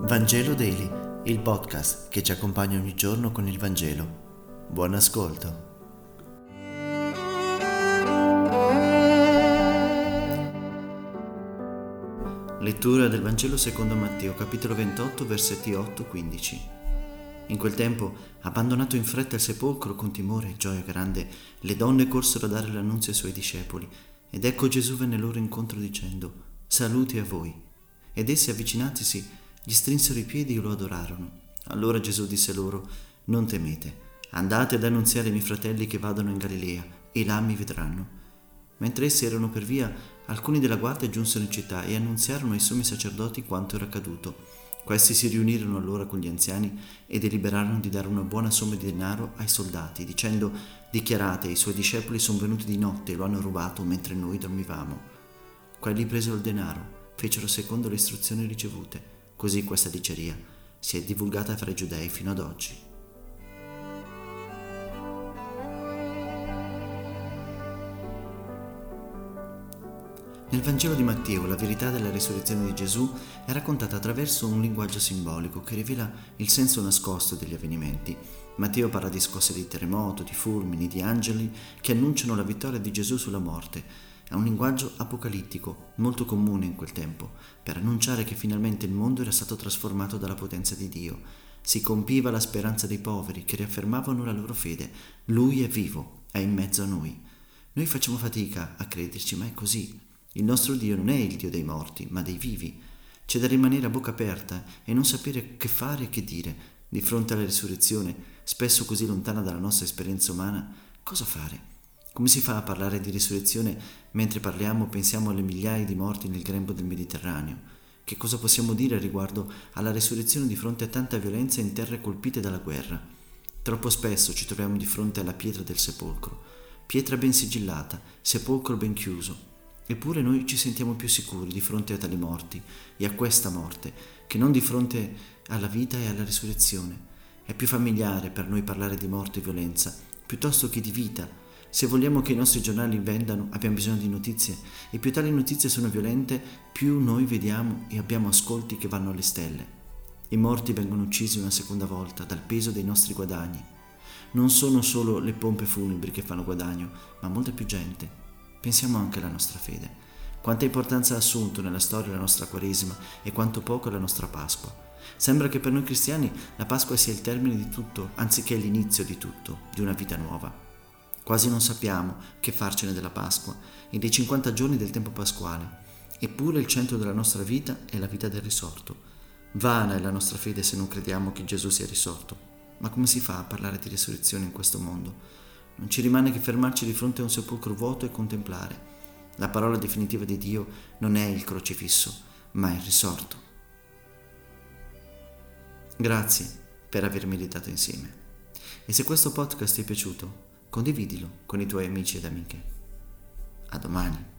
Vangelo Daily, il podcast che ci accompagna ogni giorno con il Vangelo. Buon ascolto. Lettura del Vangelo secondo Matteo, capitolo 28, versetti 8-15. In quel tempo, abbandonato in fretta il sepolcro con timore e gioia grande, le donne corsero a dare l'annunzio ai suoi discepoli. Ed ecco Gesù venne loro incontro dicendo: «Saluti a voi». Ed essi, avvicinatisi, gli strinsero i piedi e lo adorarono. Allora Gesù disse loro: «Non temete, andate ad annunziare ai miei fratelli che vadano in Galilea, e là mi vedranno». Mentre essi erano per via, alcuni della guardia giunsero in città e annunziarono ai sommi sacerdoti quanto era accaduto. Questi si riunirono allora con gli anziani e deliberarono di dare una buona somma di denaro ai soldati, dicendo: «Dichiarate, i suoi discepoli sono venuti di notte e lo hanno rubato mentre noi dormivamo». Quelli presero il denaro, fecero secondo le istruzioni ricevute. Così questa diceria si è divulgata fra i giudei fino ad oggi. Nel Vangelo di Matteo la verità della risurrezione di Gesù è raccontata attraverso un linguaggio simbolico che rivela il senso nascosto degli avvenimenti. Matteo parla di scosse di terremoto, di fulmini, di angeli che annunciano la vittoria di Gesù sulla morte. È un linguaggio apocalittico, molto comune in quel tempo, per annunciare che finalmente il mondo era stato trasformato dalla potenza di Dio. Si compiva la speranza dei poveri che riaffermavano la loro fede. Lui è vivo, è in mezzo a noi. Noi facciamo fatica a crederci, ma è così. Il nostro Dio non è il Dio dei morti, ma dei vivi. C'è da rimanere a bocca aperta e non sapere che fare e che dire. Di fronte alla risurrezione, spesso così lontana dalla nostra esperienza umana, cosa fare? Come si fa a parlare di risurrezione mentre pensiamo alle migliaia di morti nel grembo del Mediterraneo? Che cosa possiamo dire riguardo alla risurrezione di fronte a tanta violenza in terre colpite dalla guerra? Troppo spesso ci troviamo di fronte alla pietra del sepolcro, pietra ben sigillata, sepolcro ben chiuso. Eppure noi ci sentiamo più sicuri di fronte a tali morti e a questa morte che non di fronte alla vita e alla risurrezione. È più familiare per noi parlare di morte e violenza piuttosto che di vita. Se vogliamo che i nostri giornali vendano, abbiamo bisogno di notizie, e più tali notizie sono violente, più noi vediamo e abbiamo ascolti che vanno alle stelle. I morti vengono uccisi una seconda volta dal peso dei nostri guadagni. Non sono solo le pompe funebri che fanno guadagno, ma molta più gente. Pensiamo anche alla nostra fede. Quanta importanza ha assunto nella storia la nostra Quaresima e quanto poco la nostra Pasqua. Sembra che per noi cristiani la Pasqua sia il termine di tutto, anziché l'inizio di tutto, di una vita nuova. Quasi non sappiamo che farcene della Pasqua e dei 50 giorni del tempo pasquale. Eppure il centro della nostra vita è la vita del risorto. Vana è la nostra fede se non crediamo che Gesù sia risorto. Ma come si fa a parlare di risurrezione in questo mondo? Non ci rimane che fermarci di fronte a un sepolcro vuoto e contemplare. La parola definitiva di Dio non è il crocifisso, ma il risorto. Grazie per avermi meditato insieme. E se questo podcast ti è piaciuto, condividilo con i tuoi amici ed amiche. A domani.